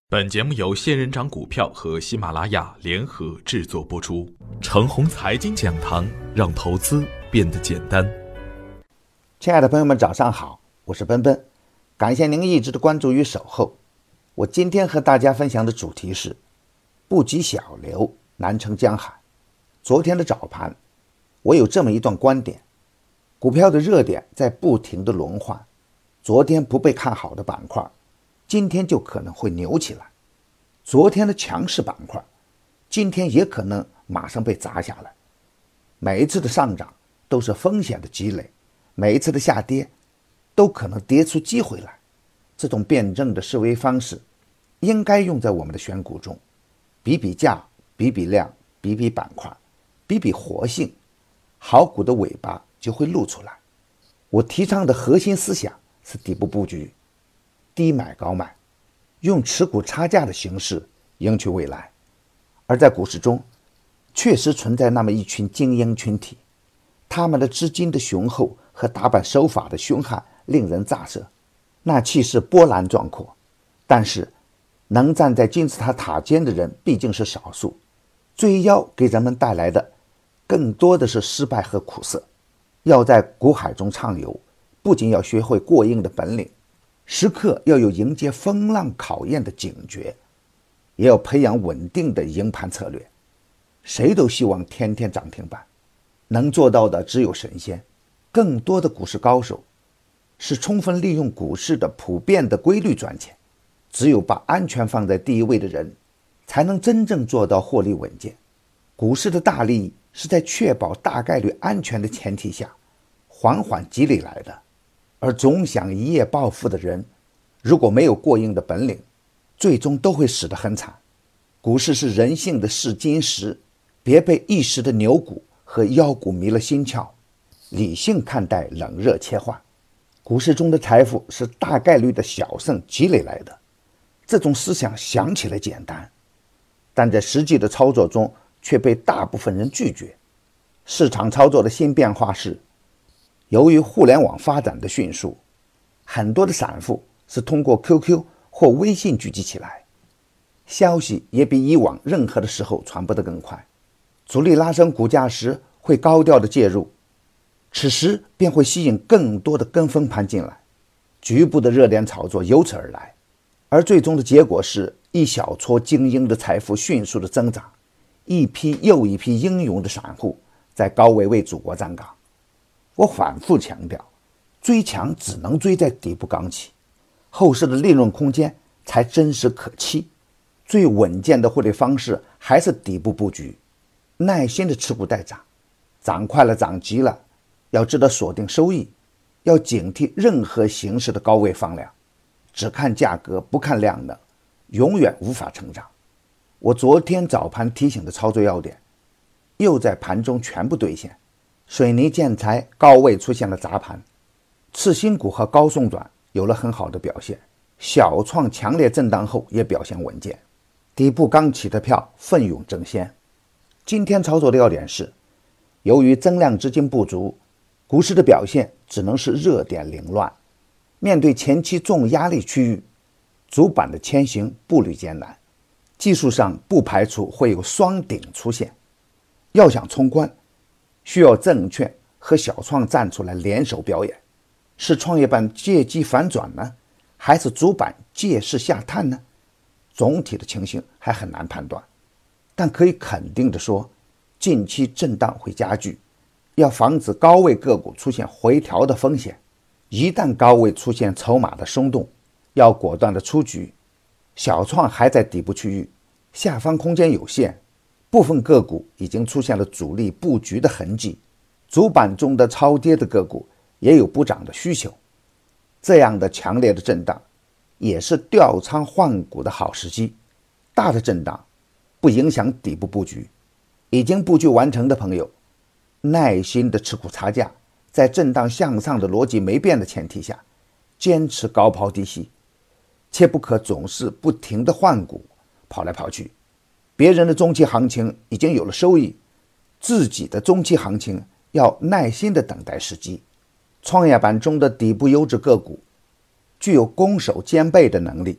本节目由仙人掌股票和喜马拉雅联合制作播出。程红财经讲堂，让投资变得简单。 亲爱的朋友们，早上好，我是奔奔，感谢您一直的关注与守候。我今天和大家分享的主题是不积小流，难成江海。昨天的早盘，我有这么一段观点：股票的热点在不停的轮换，昨天不被看好的板块，今天就可能会牛起来；昨天的强势板块，今天也可能马上被砸下来。每一次的上涨都是风险的积累，每一次的下跌都可能跌出机会来。这种辩证的思维方式应该用在我们的选股中，比比价，比比量，比比板块，比比活性，好股的尾巴就会露出来。我提倡的核心思想是底部布局，低买高卖，用持股差价的形式赢取未来。而在股市中，确实存在那么一群精英群体，他们的资金的雄厚和打板手法的凶悍令人咋舌，那气势波澜壮阔。但是能站在金字塔塔尖的人毕竟是少数，追妖给人们带来的更多的是失败和苦涩。要在股海中畅游，不仅要学会过硬的本领，时刻要有迎接风浪考验的警觉，也要培养稳定的赢盘策略。谁都希望天天涨停板，能做到的只有神仙。更多的股市高手是充分利用股市的普遍的规律赚钱，只有把安全放在第一位的人，才能真正做到获利稳健。股市的大利益是在确保大概率安全的前提下缓缓积累来的。而总想一夜暴富的人，如果没有过硬的本领，最终都会死得很惨。股市是人性的试金石，别被一时的牛股和妖股迷了心窍，理性看待冷热切换。股市中的财富是大概率的小胜积累来的。这种思想想起来简单，但在实际的操作中却被大部分人拒绝。市场操作的新变化是，由于互联网发展的迅速，很多的散户是通过 QQ 或微信聚集起来，消息也比以往任何的时候传播得更快。主力拉升股价时会高调的介入，此时便会吸引更多的跟风盘进来，局部的热点炒作由此而来。而最终的结果是一小撮精英的财富迅速的增长，一批又一批英勇的散户在高位为祖国站岗。我反复强调，追强只能追在底部刚起，后市的利润空间才真实可期。最稳健的获利方式还是底部布局，耐心的持股待涨，涨快了涨急了，要知道锁定收益，要警惕任何形式的高位放量，只看价格不看量能，永远无法成长。我昨天早盘提醒的操作要点，又在盘中全部兑现。水泥建材高位出现了砸盘，次新股和高送转有了很好的表现，小创强烈震荡后也表现稳健，底部刚起的票奋勇争先。今天操作的要点是，由于增量资金不足，股市的表现只能是热点凌乱。面对前期重压力区域，主板的前行步履艰难，技术上不排除会有双顶出现。要想冲关，需要证券和小创站出来联手表演，是创业板借机反转呢，还是主板借势下探呢？总体的情形还很难判断，但可以肯定的说，近期震荡会加剧，要防止高位个股出现回调的风险。一旦高位出现筹码的松动，要果断的出局。小创还在底部区域，下方空间有限，部分个股已经出现了主力布局的痕迹，主板中的超跌的个股也有补涨的需求。这样的强烈的震荡也是调仓换股的好时机。大的震荡不影响底部布局，已经布局完成的朋友，耐心的持股差价，在震荡向上的逻辑没变的前提下，坚持高抛低吸，切不可总是不停的换股跑来跑去。别人的中期行情已经有了收益，自己的中期行情要耐心的等待时机。创业板中的底部优质个股具有攻守兼备的能力，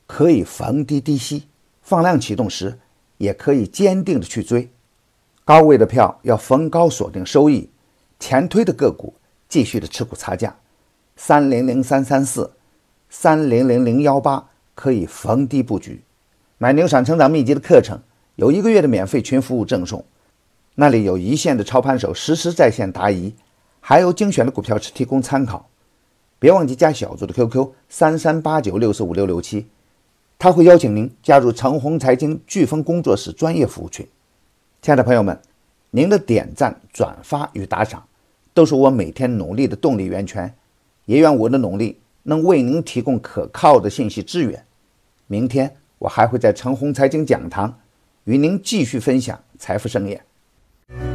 可以逢低低吸，放量启动时也可以坚定的去追。高位的票要逢高锁定收益，前推的个股继续的持股差价，300334、300018可以逢低布局。买牛散成长秘籍的课程有1个月的免费群服务赠送，那里有一线的操盘手实时在线答疑，还有精选的股票池提供参考。别忘记加小组的 QQ 3389645667，他会邀请您加入程红财经飓风工作室专业服务群。亲爱的朋友们，您的点赞、转发与打赏都是我每天努力的动力源泉，也愿我的努力能为您提供可靠的信息资源。明天我还会在程红财经讲堂与您继续分享财富盛宴。